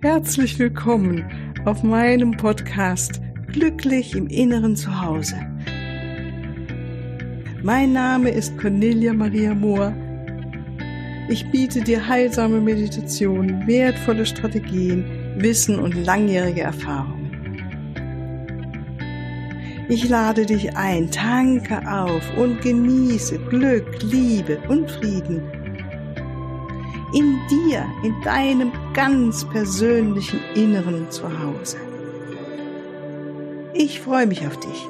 Herzlich willkommen auf meinem Podcast Glücklich im Inneren Zuhause. Mein Name ist Cornelia Maria Mohr. Ich biete dir heilsame Meditationen, wertvolle Strategien, Wissen und langjährige Erfahrung. Ich lade dich ein, tanke auf und genieße Glück, Liebe und Frieden. In dir, in deinem ganz persönlichen Inneren Zuhause. Ich freue mich auf dich.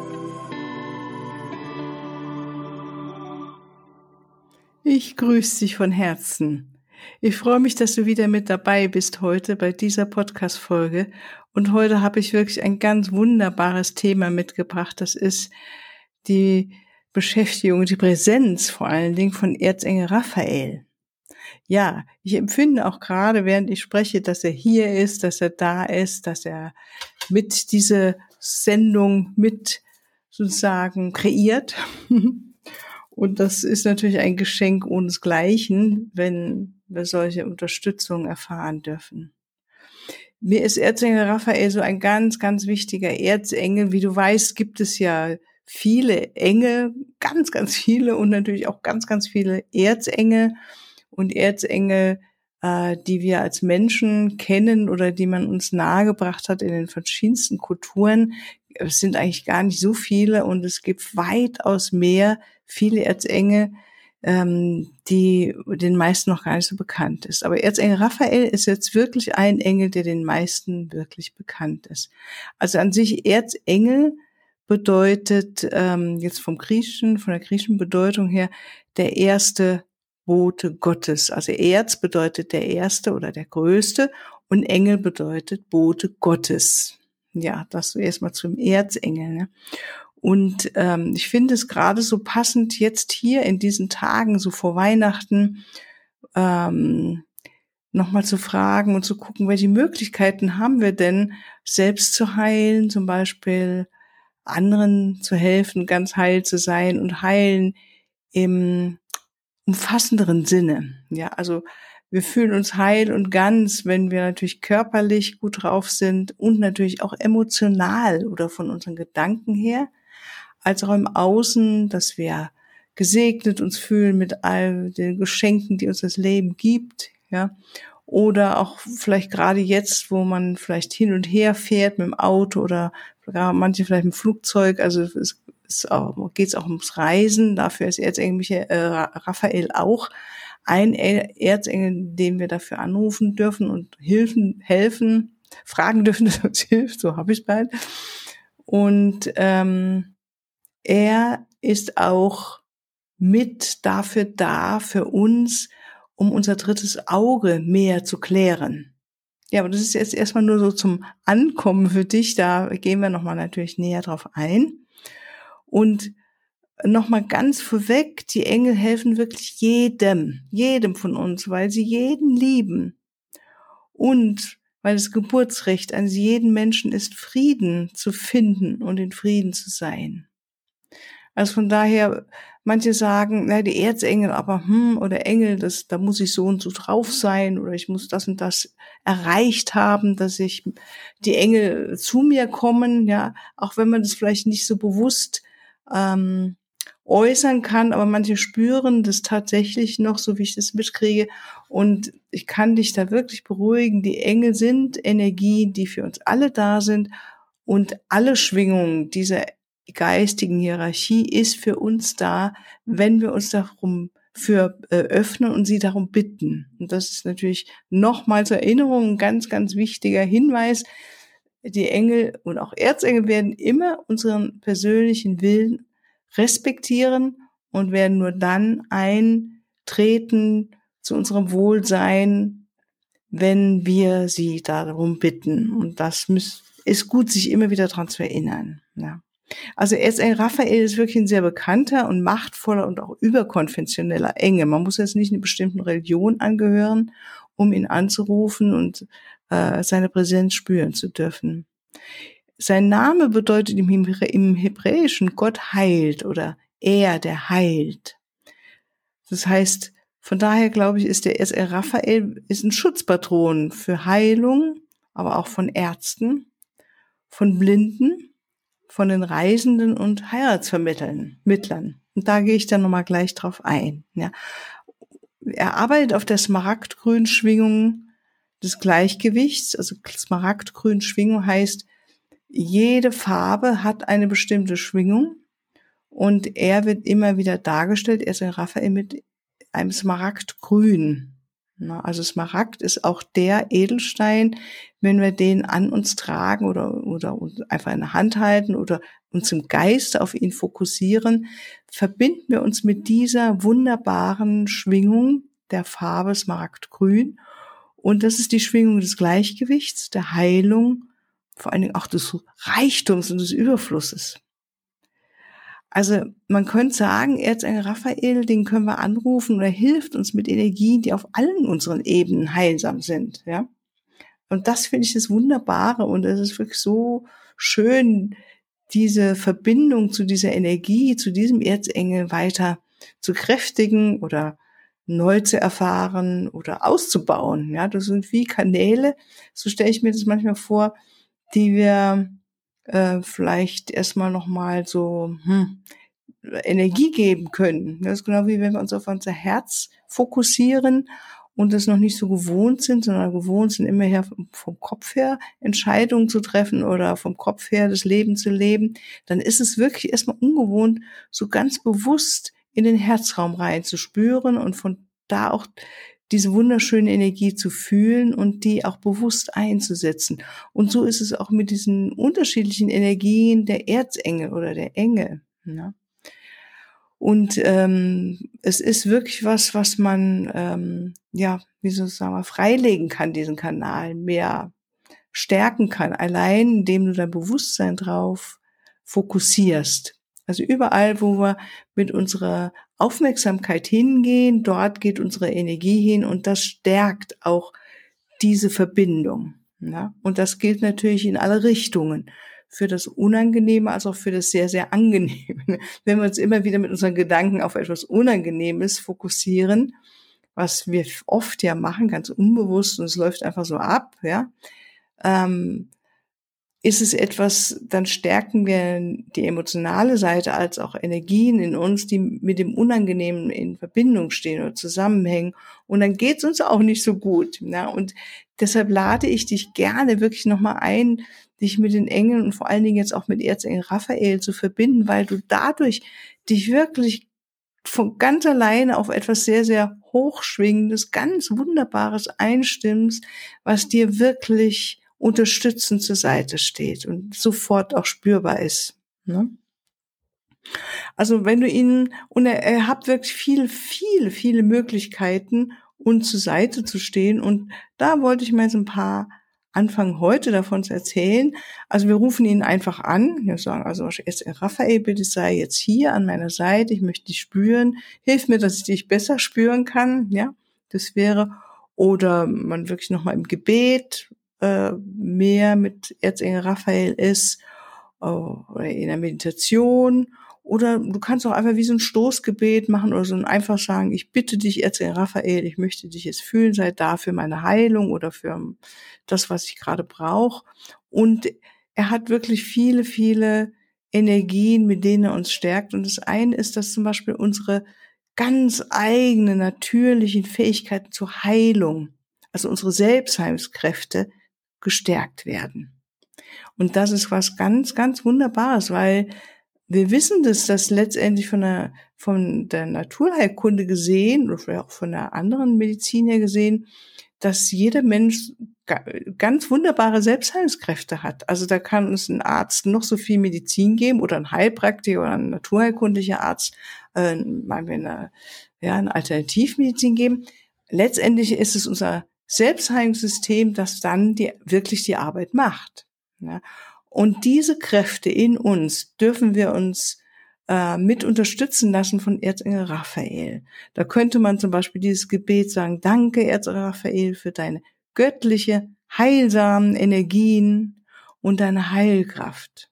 Ich grüße dich von Herzen. Ich freue mich, dass du wieder mit dabei bist heute bei dieser Podcast-Folge. Und heute habe ich wirklich ein ganz wunderbares Thema mitgebracht. Das ist die Beschäftigung, die Präsenz vor allen Dingen von Erzengel Raphael. Ja, ich empfinde auch gerade, während ich spreche, dass er hier ist, dass er da ist, dass er mit dieser Sendung mit sozusagen kreiert. Und das ist natürlich ein Geschenk ohnesgleichen, wenn wir solche Unterstützung erfahren dürfen. Mir ist Erzengel Raphael so ein ganz, ganz wichtiger Erzengel. Wie du weißt, gibt es ja viele Engel, ganz, ganz viele und natürlich auch ganz, ganz viele Erzengel. Und Erzengel, die wir als Menschen kennen oder die man uns nahegebracht hat in den verschiedensten Kulturen, es sind eigentlich gar nicht so viele und es gibt weitaus mehr, viele Erzengel, die den meisten noch gar nicht so bekannt ist. Aber Erzengel Raphael ist jetzt wirklich ein Engel, der den meisten wirklich bekannt ist. Also an sich Erzengel bedeutet jetzt von der griechischen Bedeutung her der erste Bote Gottes. Also Erz bedeutet der Erste oder der Größte und Engel bedeutet Bote Gottes. Ja, das erstmal zum Erzengel. Ne? Und ich finde es gerade so passend jetzt hier in diesen Tagen, so vor Weihnachten, nochmal zu fragen und zu gucken, welche Möglichkeiten haben wir denn, selbst zu heilen, zum Beispiel anderen zu helfen, ganz heil zu sein und heilen im umfassenderen Sinne. Ja, also wir fühlen uns heil und ganz, wenn wir natürlich körperlich gut drauf sind und natürlich auch emotional oder von unseren Gedanken her, als auch im Außen, dass wir gesegnet uns fühlen mit all den Geschenken, die uns das Leben gibt, ja. Oder auch vielleicht gerade jetzt, wo man vielleicht hin und her fährt mit dem Auto oder sogar manche vielleicht mit dem Flugzeug, also es geht es auch ums Reisen, dafür ist Erzengel Raphael auch ein Erzengel, den wir dafür anrufen dürfen und helfen, fragen dürfen, dass er uns hilft, so habe ich es bald. Und er ist auch mit dafür da, für uns, um unser drittes Auge mehr zu klären. Ja, aber das ist jetzt erstmal nur so zum Ankommen für dich, da gehen wir nochmal natürlich näher drauf ein. Und nochmal ganz vorweg, die Engel helfen wirklich jedem von uns, weil sie jeden lieben. Und weil das Geburtsrecht an jeden Menschen ist, Frieden zu finden und in Frieden zu sein. Also von daher, manche sagen, na, die Erzengel, aber oder Engel, da muss ich so und so drauf sein oder ich muss das und das erreicht haben, dass die Engel zu mir kommen, ja, auch wenn man das vielleicht nicht so bewusst äußern kann, aber manche spüren das tatsächlich noch, so wie ich das mitkriege. Und ich kann dich da wirklich beruhigen. Die Engel sind Energien, die für uns alle da sind und alle Schwingungen dieser geistigen Hierarchie ist für uns da, wenn wir uns darum für öffnen und sie darum bitten. Und das ist natürlich nochmal zur Erinnerung ein ganz, ganz wichtiger Hinweis. Die Engel und auch Erzengel werden immer unseren persönlichen Willen respektieren und werden nur dann eintreten zu unserem Wohlsein, wenn wir sie darum bitten. Und das ist gut, sich immer wieder daran zu erinnern. Ja. Also Erzengel Raphael ist wirklich ein sehr bekannter und machtvoller und auch überkonfessioneller Engel. Man muss jetzt nicht einer bestimmten Religion angehören, um ihn anzurufen und seine Präsenz spüren zu dürfen. Sein Name bedeutet im Hebräischen Gott heilt oder er, der heilt. Das heißt, von daher glaube ich, ist der Erzengel Raphael ist ein Schutzpatron für Heilung aber auch von Ärzten, von Blinden, von den Reisenden und Heiratsvermittlern. Und da gehe ich dann nochmal gleich drauf ein. Ja. Er arbeitet auf der smaragdgrünen Schwingung des Gleichgewichts. Also smaragdgrün Schwingung heißt, jede Farbe hat eine bestimmte Schwingung und er wird immer wieder dargestellt, er ist ein Raphael mit einem Smaragdgrün. Also Smaragd ist auch der Edelstein, wenn wir den an uns tragen oder einfach in der Hand halten oder uns im Geist auf ihn fokussieren, verbinden wir uns mit dieser wunderbaren Schwingung der Farbe Smaragdgrün. Und das ist die Schwingung des Gleichgewichts, der Heilung, vor allen Dingen auch des Reichtums und des Überflusses. Also man könnte sagen, Erzengel Raphael, den können wir anrufen und er hilft uns mit Energien, die auf allen unseren Ebenen heilsam sind. Ja? Und das finde ich das Wunderbare und es ist wirklich so schön, diese Verbindung zu dieser Energie, zu diesem Erzengel weiter zu kräftigen oder neu zu erfahren oder auszubauen. Ja, das sind wie Kanäle, so stelle ich mir das manchmal vor, die wir vielleicht erstmal nochmal so Energie geben können. Das ist genau wie wenn wir uns auf unser Herz fokussieren und es noch nicht so gewohnt sind, sondern gewohnt sind, immer her vom Kopf her Entscheidungen zu treffen oder vom Kopf her das Leben zu leben, dann ist es wirklich erstmal ungewohnt, so ganz bewusst in den Herzraum reinzuspüren und von da auch diese wunderschöne Energie zu fühlen und die auch bewusst einzusetzen. Und so ist es auch mit diesen unterschiedlichen Energien der Erzengel oder der Engel. Ne? Und es ist wirklich was man, wie soll ich sagen, freilegen kann, diesen Kanal, mehr stärken kann, allein indem du dein Bewusstsein drauf fokussierst. Also überall, wo wir mit unserer Aufmerksamkeit hingehen, dort geht unsere Energie hin und das stärkt auch diese Verbindung. Ja? Und das gilt natürlich in alle Richtungen. Für das Unangenehme als auch für das sehr, sehr Angenehme. Wenn wir uns immer wieder mit unseren Gedanken auf etwas Unangenehmes fokussieren, was wir oft ja machen, ganz unbewusst und es läuft einfach so ab, ja, ist es etwas, dann stärken wir die emotionale Seite als auch Energien in uns, die mit dem Unangenehmen in Verbindung stehen oder zusammenhängen. Und dann geht's uns auch nicht so gut. Ja? Und deshalb lade ich dich gerne wirklich nochmal ein, dich mit den Engeln und vor allen Dingen jetzt auch mit Erzengel Raphael zu verbinden, weil du dadurch dich wirklich von ganz alleine auf etwas sehr, sehr Hochschwingendes, ganz Wunderbares einstimmst, was dir wirklich unterstützend zur Seite steht und sofort auch spürbar ist. Ne? Also wenn du ihn, und er hat wirklich viele Möglichkeiten, uns zur Seite zu stehen. Und da wollte ich mal jetzt ein paar anfangen, heute davon zu erzählen. Also wir rufen ihn einfach an. Wir sagen also, jetzt Raphael, bitte sei jetzt hier an meiner Seite. Ich möchte dich spüren. Hilf mir, dass ich dich besser spüren kann. Ja, das wäre, oder man wirklich nochmal im Gebet mehr mit Erzengel Raphael ist, oder in der Meditation. Oder du kannst auch einfach wie so ein Stoßgebet machen oder so ein einfach sagen, ich bitte dich, Erzengel Raphael, ich möchte dich jetzt fühlen, sei da für meine Heilung oder für das, was ich gerade brauche. Und er hat wirklich viele Energien, mit denen er uns stärkt. Und das eine ist, dass zum Beispiel unsere ganz eigenen, natürlichen Fähigkeiten zur Heilung, also unsere Selbstheilungskräfte, gestärkt werden. Und das ist was ganz Wunderbares, weil wir wissen dass letztendlich von der Naturheilkunde gesehen oder vielleicht auch von der anderen Medizin her gesehen, dass jeder Mensch ganz wunderbare Selbstheilungskräfte hat. Also da kann uns ein Arzt noch so viel Medizin geben oder ein Heilpraktiker oder ein naturheilkundlicher Arzt, eine Alternativmedizin geben. Letztendlich ist es unser Selbstheilungssystem, das dann wirklich die Arbeit macht. Ja. Und diese Kräfte in uns dürfen wir uns mit unterstützen lassen von Erzengel Raphael. Da könnte man zum Beispiel dieses Gebet sagen: Danke, Erzengel Raphael, für deine göttliche, heilsamen Energien und deine Heilkraft.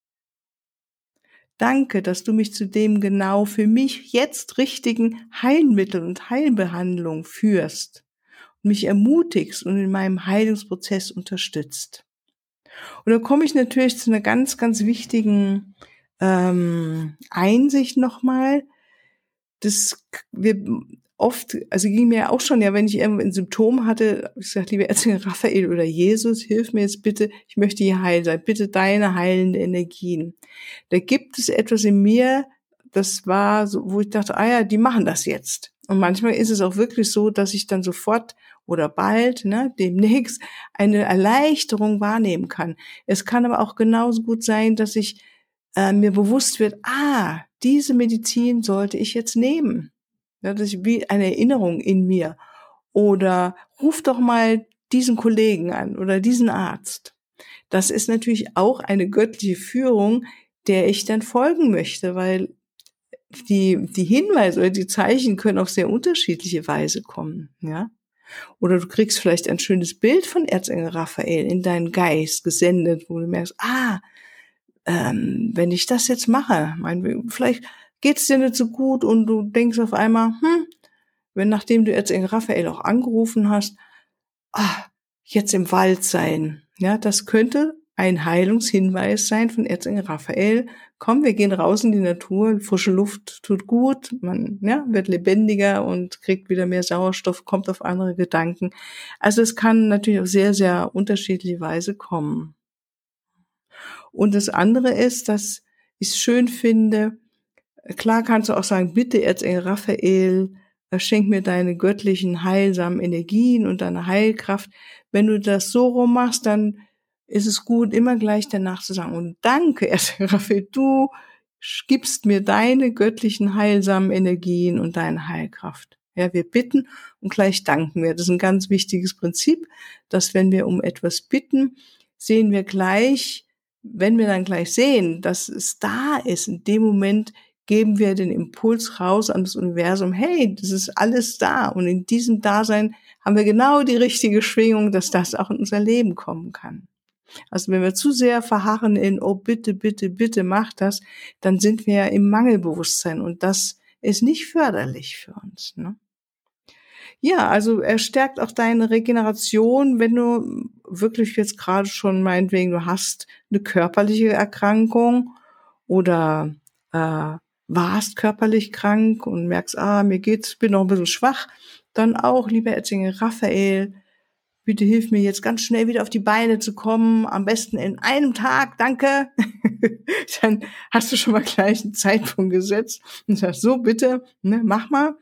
Danke, dass du mich zu dem genau für mich jetzt richtigen Heilmittel und Heilbehandlung führst. mich ermutigst und in meinem Heilungsprozess unterstützt. Und dann komme ich natürlich zu einer ganz, ganz wichtigen Einsicht nochmal. Wir oft, also ging mir auch schon, ja, wenn ich irgendwo ein Symptom hatte, habe ich gesagt, lieber Erzengel Raphael oder Jesus, hilf mir jetzt bitte, ich möchte hier heil sein, bitte deine heilende Energien. Da gibt es etwas in mir, das war so, wo ich dachte, die machen das jetzt. Und manchmal ist es auch wirklich so, dass ich dann sofort oder bald, demnächst eine Erleichterung wahrnehmen kann. Es kann aber auch genauso gut sein, dass ich mir bewusst wird, diese Medizin sollte ich jetzt nehmen. Ja, das ist wie eine Erinnerung in mir. Oder ruf doch mal diesen Kollegen an oder diesen Arzt. Das ist natürlich auch eine göttliche Führung, der ich dann folgen möchte, weil die Hinweise oder die Zeichen können auf sehr unterschiedliche Weise kommen, ja. Oder du kriegst vielleicht ein schönes Bild von Erzengel Raphael in deinen Geist gesendet, wo du merkst, wenn ich das jetzt mache, vielleicht geht's dir nicht so gut und du denkst auf einmal, wenn nachdem du Erzengel Raphael auch angerufen hast, jetzt im Wald sein. Ja, das könnte ein Heilungshinweis sein von Erzengel Raphael. Komm, wir gehen raus in die Natur, frische Luft tut gut, man wird lebendiger und kriegt wieder mehr Sauerstoff, kommt auf andere Gedanken. Also es kann natürlich auf sehr, sehr unterschiedliche Weise kommen. Und das andere ist, dass ich es schön finde, klar kannst du auch sagen, bitte Erzengel Raphael, schenk mir deine göttlichen, heilsamen Energien und deine Heilkraft. Wenn du das so rum machst, dann ist es gut, immer gleich danach zu sagen, und danke, Erzengel Raphael, du gibst mir deine göttlichen, heilsamen Energien und deine Heilkraft. Ja, wir bitten und gleich danken wir. Das ist ein ganz wichtiges Prinzip, dass wenn wir um etwas bitten, sehen wir gleich, wenn wir dann gleich sehen, dass es da ist, in dem Moment geben wir den Impuls raus an das Universum, hey, das ist alles da. Und in diesem Dasein haben wir genau die richtige Schwingung, dass das auch in unser Leben kommen kann. Also wenn wir zu sehr verharren in, oh bitte, bitte, bitte mach das, dann sind wir ja im Mangelbewusstsein und das ist nicht förderlich für uns, ne? Ja, also er stärkt auch deine Regeneration, wenn du wirklich jetzt gerade schon meinetwegen, du hast eine körperliche Erkrankung oder warst körperlich krank und merkst, bin noch ein bisschen schwach, dann auch, lieber Erzengel Raphael, bitte hilf mir jetzt ganz schnell wieder auf die Beine zu kommen, am besten in einem Tag, danke. Dann hast du schon mal gleich einen Zeitpunkt gesetzt und sagst, so bitte, mach mal.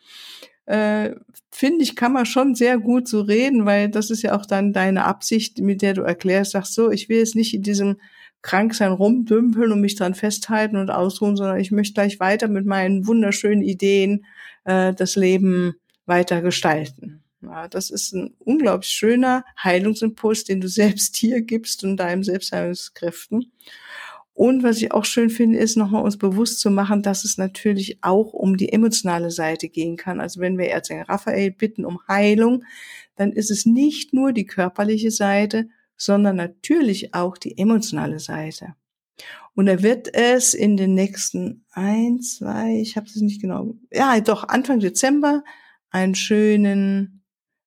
Finde ich, kann man schon sehr gut so reden, weil das ist ja auch dann deine Absicht, mit der du erklärst, sagst so, ich will jetzt nicht in diesem Kranksein rumdümpeln und mich dran festhalten und ausruhen, sondern ich möchte gleich weiter mit meinen wunderschönen Ideen das Leben weiter gestalten. Ja, das ist ein unglaublich schöner Heilungsimpuls, den du selbst hier gibst und deinen Selbstheilungskräften. Und was ich auch schön finde, ist nochmal uns bewusst zu machen, dass es natürlich auch um die emotionale Seite gehen kann. Also wenn wir Erzengel Raphael bitten um Heilung, dann ist es nicht nur die körperliche Seite, sondern natürlich auch die emotionale Seite. Und er wird es in den nächsten ich habe es nicht genau, Anfang Dezember einen schönen,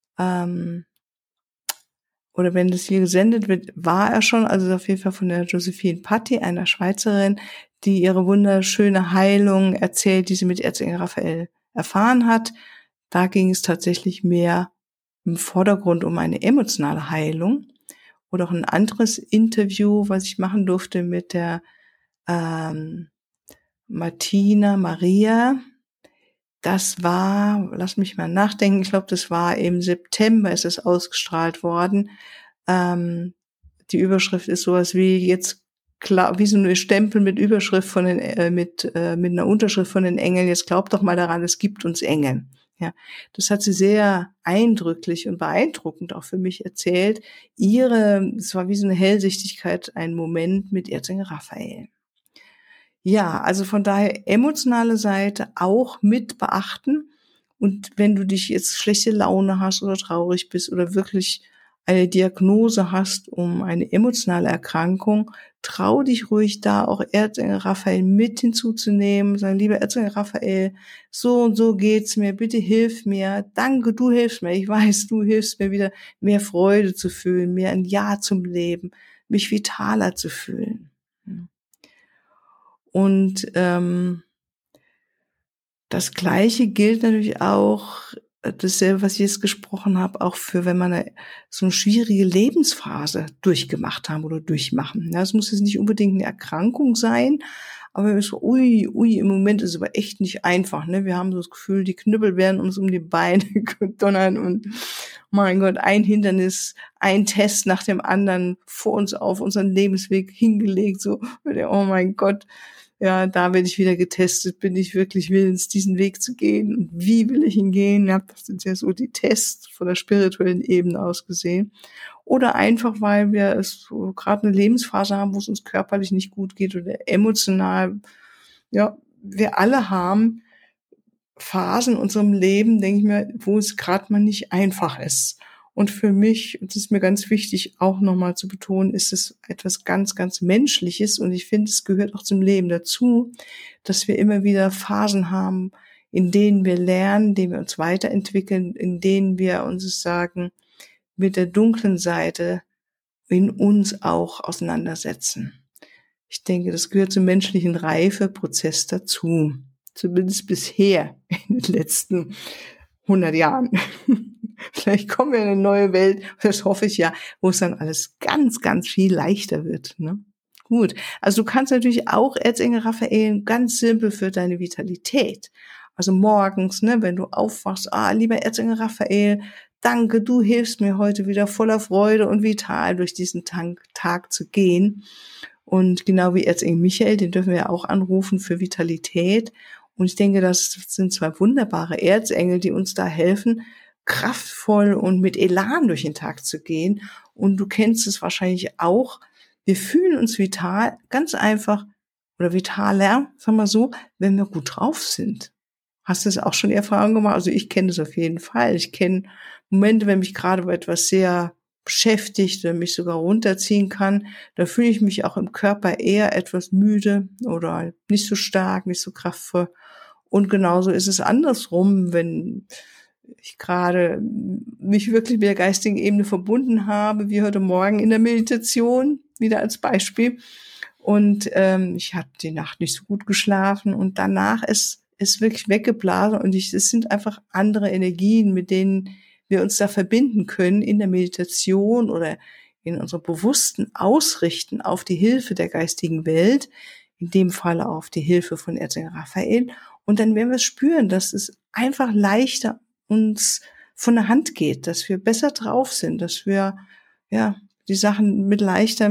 oder wenn das hier gesendet wird, war er schon, also auf jeden Fall von der Josephine Patti, einer Schweizerin, die ihre wunderschöne Heilung erzählt, die sie mit Erzengel Raphael erfahren hat. Da ging es tatsächlich mehr im Vordergrund um eine emotionale Heilung. Oder auch ein anderes Interview, was ich machen durfte mit der Martina Maria. Das war, lass mich mal nachdenken, ich glaube, das war im September, ist es ausgestrahlt worden. Die Überschrift ist sowas wie jetzt klar, wie so eine Stempel mit Überschrift von den, mit einer Unterschrift von den Engeln. Jetzt glaubt doch mal daran, es gibt uns Engel. Ja, das hat sie sehr eindrücklich und beeindruckend auch für mich erzählt. Es war wie so eine Hellsichtigkeit, ein Moment mit Erzengel Raphael. Ja, also von daher emotionale Seite auch mit beachten. Und wenn du dich jetzt schlechte Laune hast oder traurig bist oder wirklich eine Diagnose hast um eine emotionale Erkrankung, trau dich ruhig da auch Erzengel Raphael mit hinzuzunehmen, sagen, lieber Erzengel Raphael, so und so geht's mir, bitte hilf mir, danke, du hilfst mir, ich weiß, du hilfst mir wieder mehr Freude zu fühlen, mehr ein Ja zum Leben, mich vitaler zu fühlen. Und das Gleiche gilt natürlich auch, dasselbe, was ich jetzt gesprochen habe, auch für, wenn man so eine schwierige Lebensphase durchgemacht haben oder durchmachen. Ja, es muss jetzt nicht unbedingt eine Erkrankung sein, aber wenn wir so, im Moment ist es aber echt nicht einfach. Ne? Wir haben so das Gefühl, die Knüppel werden uns um die Beine gedonnert und mein Gott, ein Hindernis, ein Test nach dem anderen vor uns auf unseren Lebensweg hingelegt. So, oh mein Gott, ja, da werde ich wieder getestet, bin ich wirklich willens, diesen Weg zu gehen und wie will ich ihn gehen? Ja, das sind ja so die Tests von der spirituellen Ebene aus gesehen. Oder einfach, weil wir es so gerade eine Lebensphase haben, wo es uns körperlich nicht gut geht oder emotional. Ja, wir alle haben Phasen in unserem Leben, denke ich mir, wo es gerade mal nicht einfach ist. Und für mich, und das ist mir ganz wichtig, auch nochmal zu betonen, ist es etwas ganz, ganz Menschliches. Und ich finde, es gehört auch zum Leben dazu, dass wir immer wieder Phasen haben, in denen wir lernen, in denen wir uns weiterentwickeln, in denen wir uns sagen, mit der dunklen Seite in uns auch auseinandersetzen. Ich denke, das gehört zum menschlichen Reifeprozess dazu. Zumindest bisher in den letzten 100 Jahren. Vielleicht kommen wir in eine neue Welt, das hoffe ich ja, wo es dann alles ganz, ganz viel leichter wird. Ne? Gut, also du kannst natürlich auch Erzengel Raphael ganz simpel für deine Vitalität. Also morgens, ne, wenn du aufwachst, lieber Erzengel Raphael, danke, du hilfst mir heute wieder voller Freude und vital durch diesen Tag zu gehen. Und genau wie Erzengel Michael, den dürfen wir ja auch anrufen für Vitalität. Und ich denke, das sind zwei wunderbare Erzengel, die uns da helfen, kraftvoll und mit Elan durch den Tag zu gehen. Und du kennst es wahrscheinlich auch. Wir fühlen uns vital, ganz einfach, oder vitaler, sagen wir so, wenn wir gut drauf sind. Hast du das auch schon die Erfahrung gemacht? Also ich kenne das auf jeden Fall. Ich kenne Momente, wenn mich gerade bei etwas sehr beschäftigt oder mich sogar runterziehen kann, da fühle ich mich auch im Körper eher etwas müde oder nicht so stark, nicht so kraftvoll. Und genauso ist es andersrum, wenn ich gerade mich wirklich mit der geistigen Ebene verbunden habe, wie heute Morgen in der Meditation, wieder als Beispiel. Und ich habe die Nacht nicht so gut geschlafen und danach ist wirklich weggeblasen und es sind einfach andere Energien, mit denen wir uns da verbinden können in der Meditation oder in unserem bewussten Ausrichten auf die Hilfe der geistigen Welt, in dem Falle auf die Hilfe von Erzengel Raphael. Und dann werden wir spüren, dass es einfach leichter uns von der Hand geht, dass wir besser drauf sind, dass wir ja die Sachen mit leichter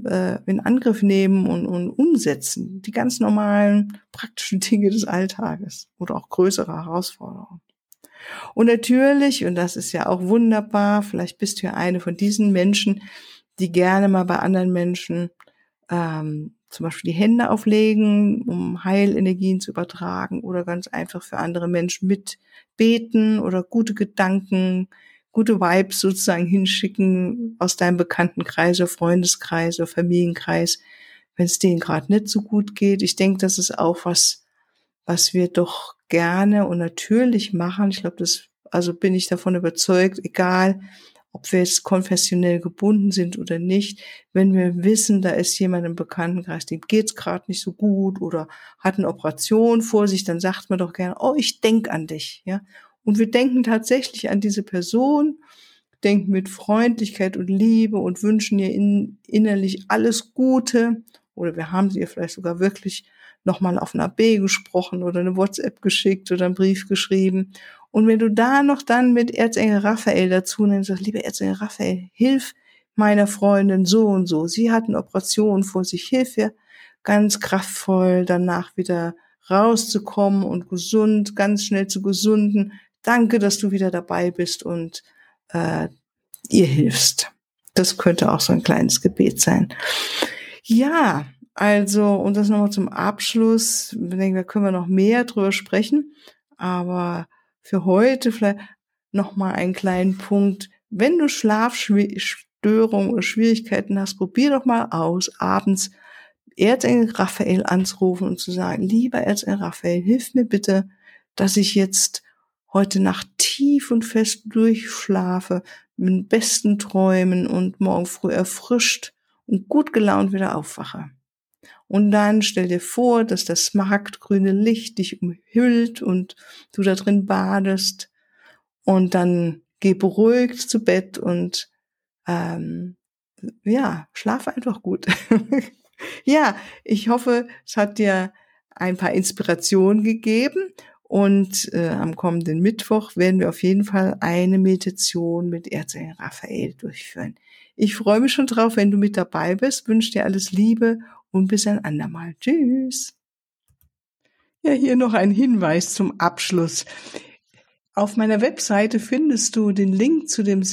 in Angriff nehmen und umsetzen, die ganz normalen praktischen Dinge des Alltages oder auch größere Herausforderungen. Und natürlich, und das ist ja auch wunderbar, vielleicht bist du ja eine von diesen Menschen, die gerne mal bei anderen Menschen zum Beispiel die Hände auflegen, um Heilenergien zu übertragen oder ganz einfach für andere Menschen mitbeten oder gute Gedanken, gute Vibes sozusagen hinschicken aus deinem Bekanntenkreis oder Freundeskreis oder Familienkreis, wenn es denen gerade nicht so gut geht. Ich denke, das ist auch was wir doch gerne und natürlich machen. Ich glaube, also bin ich davon überzeugt, egal ob wir jetzt konfessionell gebunden sind oder nicht, wenn wir wissen, da ist jemand im Bekanntenkreis, dem geht's gerade nicht so gut oder hat eine Operation vor sich, dann sagt man doch gerne, oh, ich denk an dich, ja. Und wir denken tatsächlich an diese Person, denken mit Freundlichkeit und Liebe und wünschen ihr innerlich alles Gute oder wir haben sie ihr vielleicht sogar wirklich nochmal auf einer B gesprochen oder eine WhatsApp geschickt oder einen Brief geschrieben. Und wenn du da noch dann mit Erzengel Raphael dazu nimmst, sagst, lieber Erzengel Raphael, hilf meiner Freundin so und so. Sie hat eine Operation vor sich, hilf ihr ganz kraftvoll danach wieder rauszukommen und gesund, ganz schnell zu gesunden. Danke, dass du wieder dabei bist und ihr hilfst. Das könnte auch so ein kleines Gebet sein. Ja, also, und das nochmal zum Abschluss. Ich denke, da können wir noch mehr drüber sprechen. Aber für heute vielleicht nochmal einen kleinen Punkt. Wenn du Schlafstörungen oder Schwierigkeiten hast, probier doch mal aus, abends Erzengel Raphael anzurufen und zu sagen, lieber Erzengel Raphael, hilf mir bitte, dass ich jetzt heute Nacht tief und fest durchschlafe, mit besten Träumen und morgen früh erfrischt und gut gelaunt wieder aufwache. Und dann stell dir vor, dass das smaragdgrüne Licht dich umhüllt und du da drin badest. Und dann geh beruhigt zu Bett und schlaf einfach gut. Ja, ich hoffe, es hat dir ein paar Inspirationen gegeben. Und am kommenden Mittwoch werden wir auf jeden Fall eine Meditation mit Erzengel Raphael durchführen. Ich freue mich schon drauf, wenn du mit dabei bist. Wünsche dir alles Liebe und bis ein andermal. Tschüss. Ja, hier noch ein Hinweis zum Abschluss. Auf meiner Webseite findest du den Link zu dem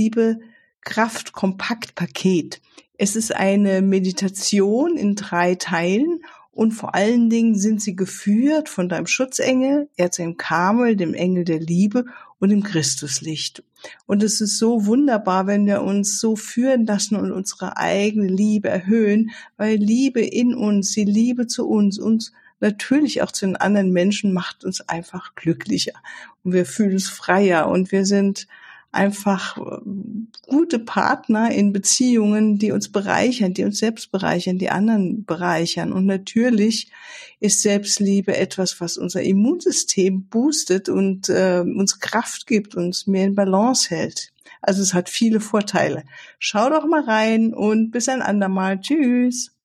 Selbstliebe-Kraft-Kompakt-Paket. Es ist eine Meditation in 3 Teilen und vor allen Dingen sind sie geführt von deinem Schutzengel, Erzengel Chamuel, dem Engel der Liebe und dem Christuslicht. Und es ist so wunderbar, wenn wir uns so führen lassen und unsere eigene Liebe erhöhen, weil Liebe in uns, die Liebe zu uns natürlich auch zu den anderen Menschen macht uns einfach glücklicher. Und wir fühlen uns freier und wir sind einfach gute Partner in Beziehungen, die uns bereichern, die uns selbst bereichern, die anderen bereichern. Und natürlich ist Selbstliebe etwas, was unser Immunsystem boostet und uns Kraft gibt, uns mehr in Balance hält. Also es hat viele Vorteile. Schau doch mal rein und bis ein andermal. Tschüss.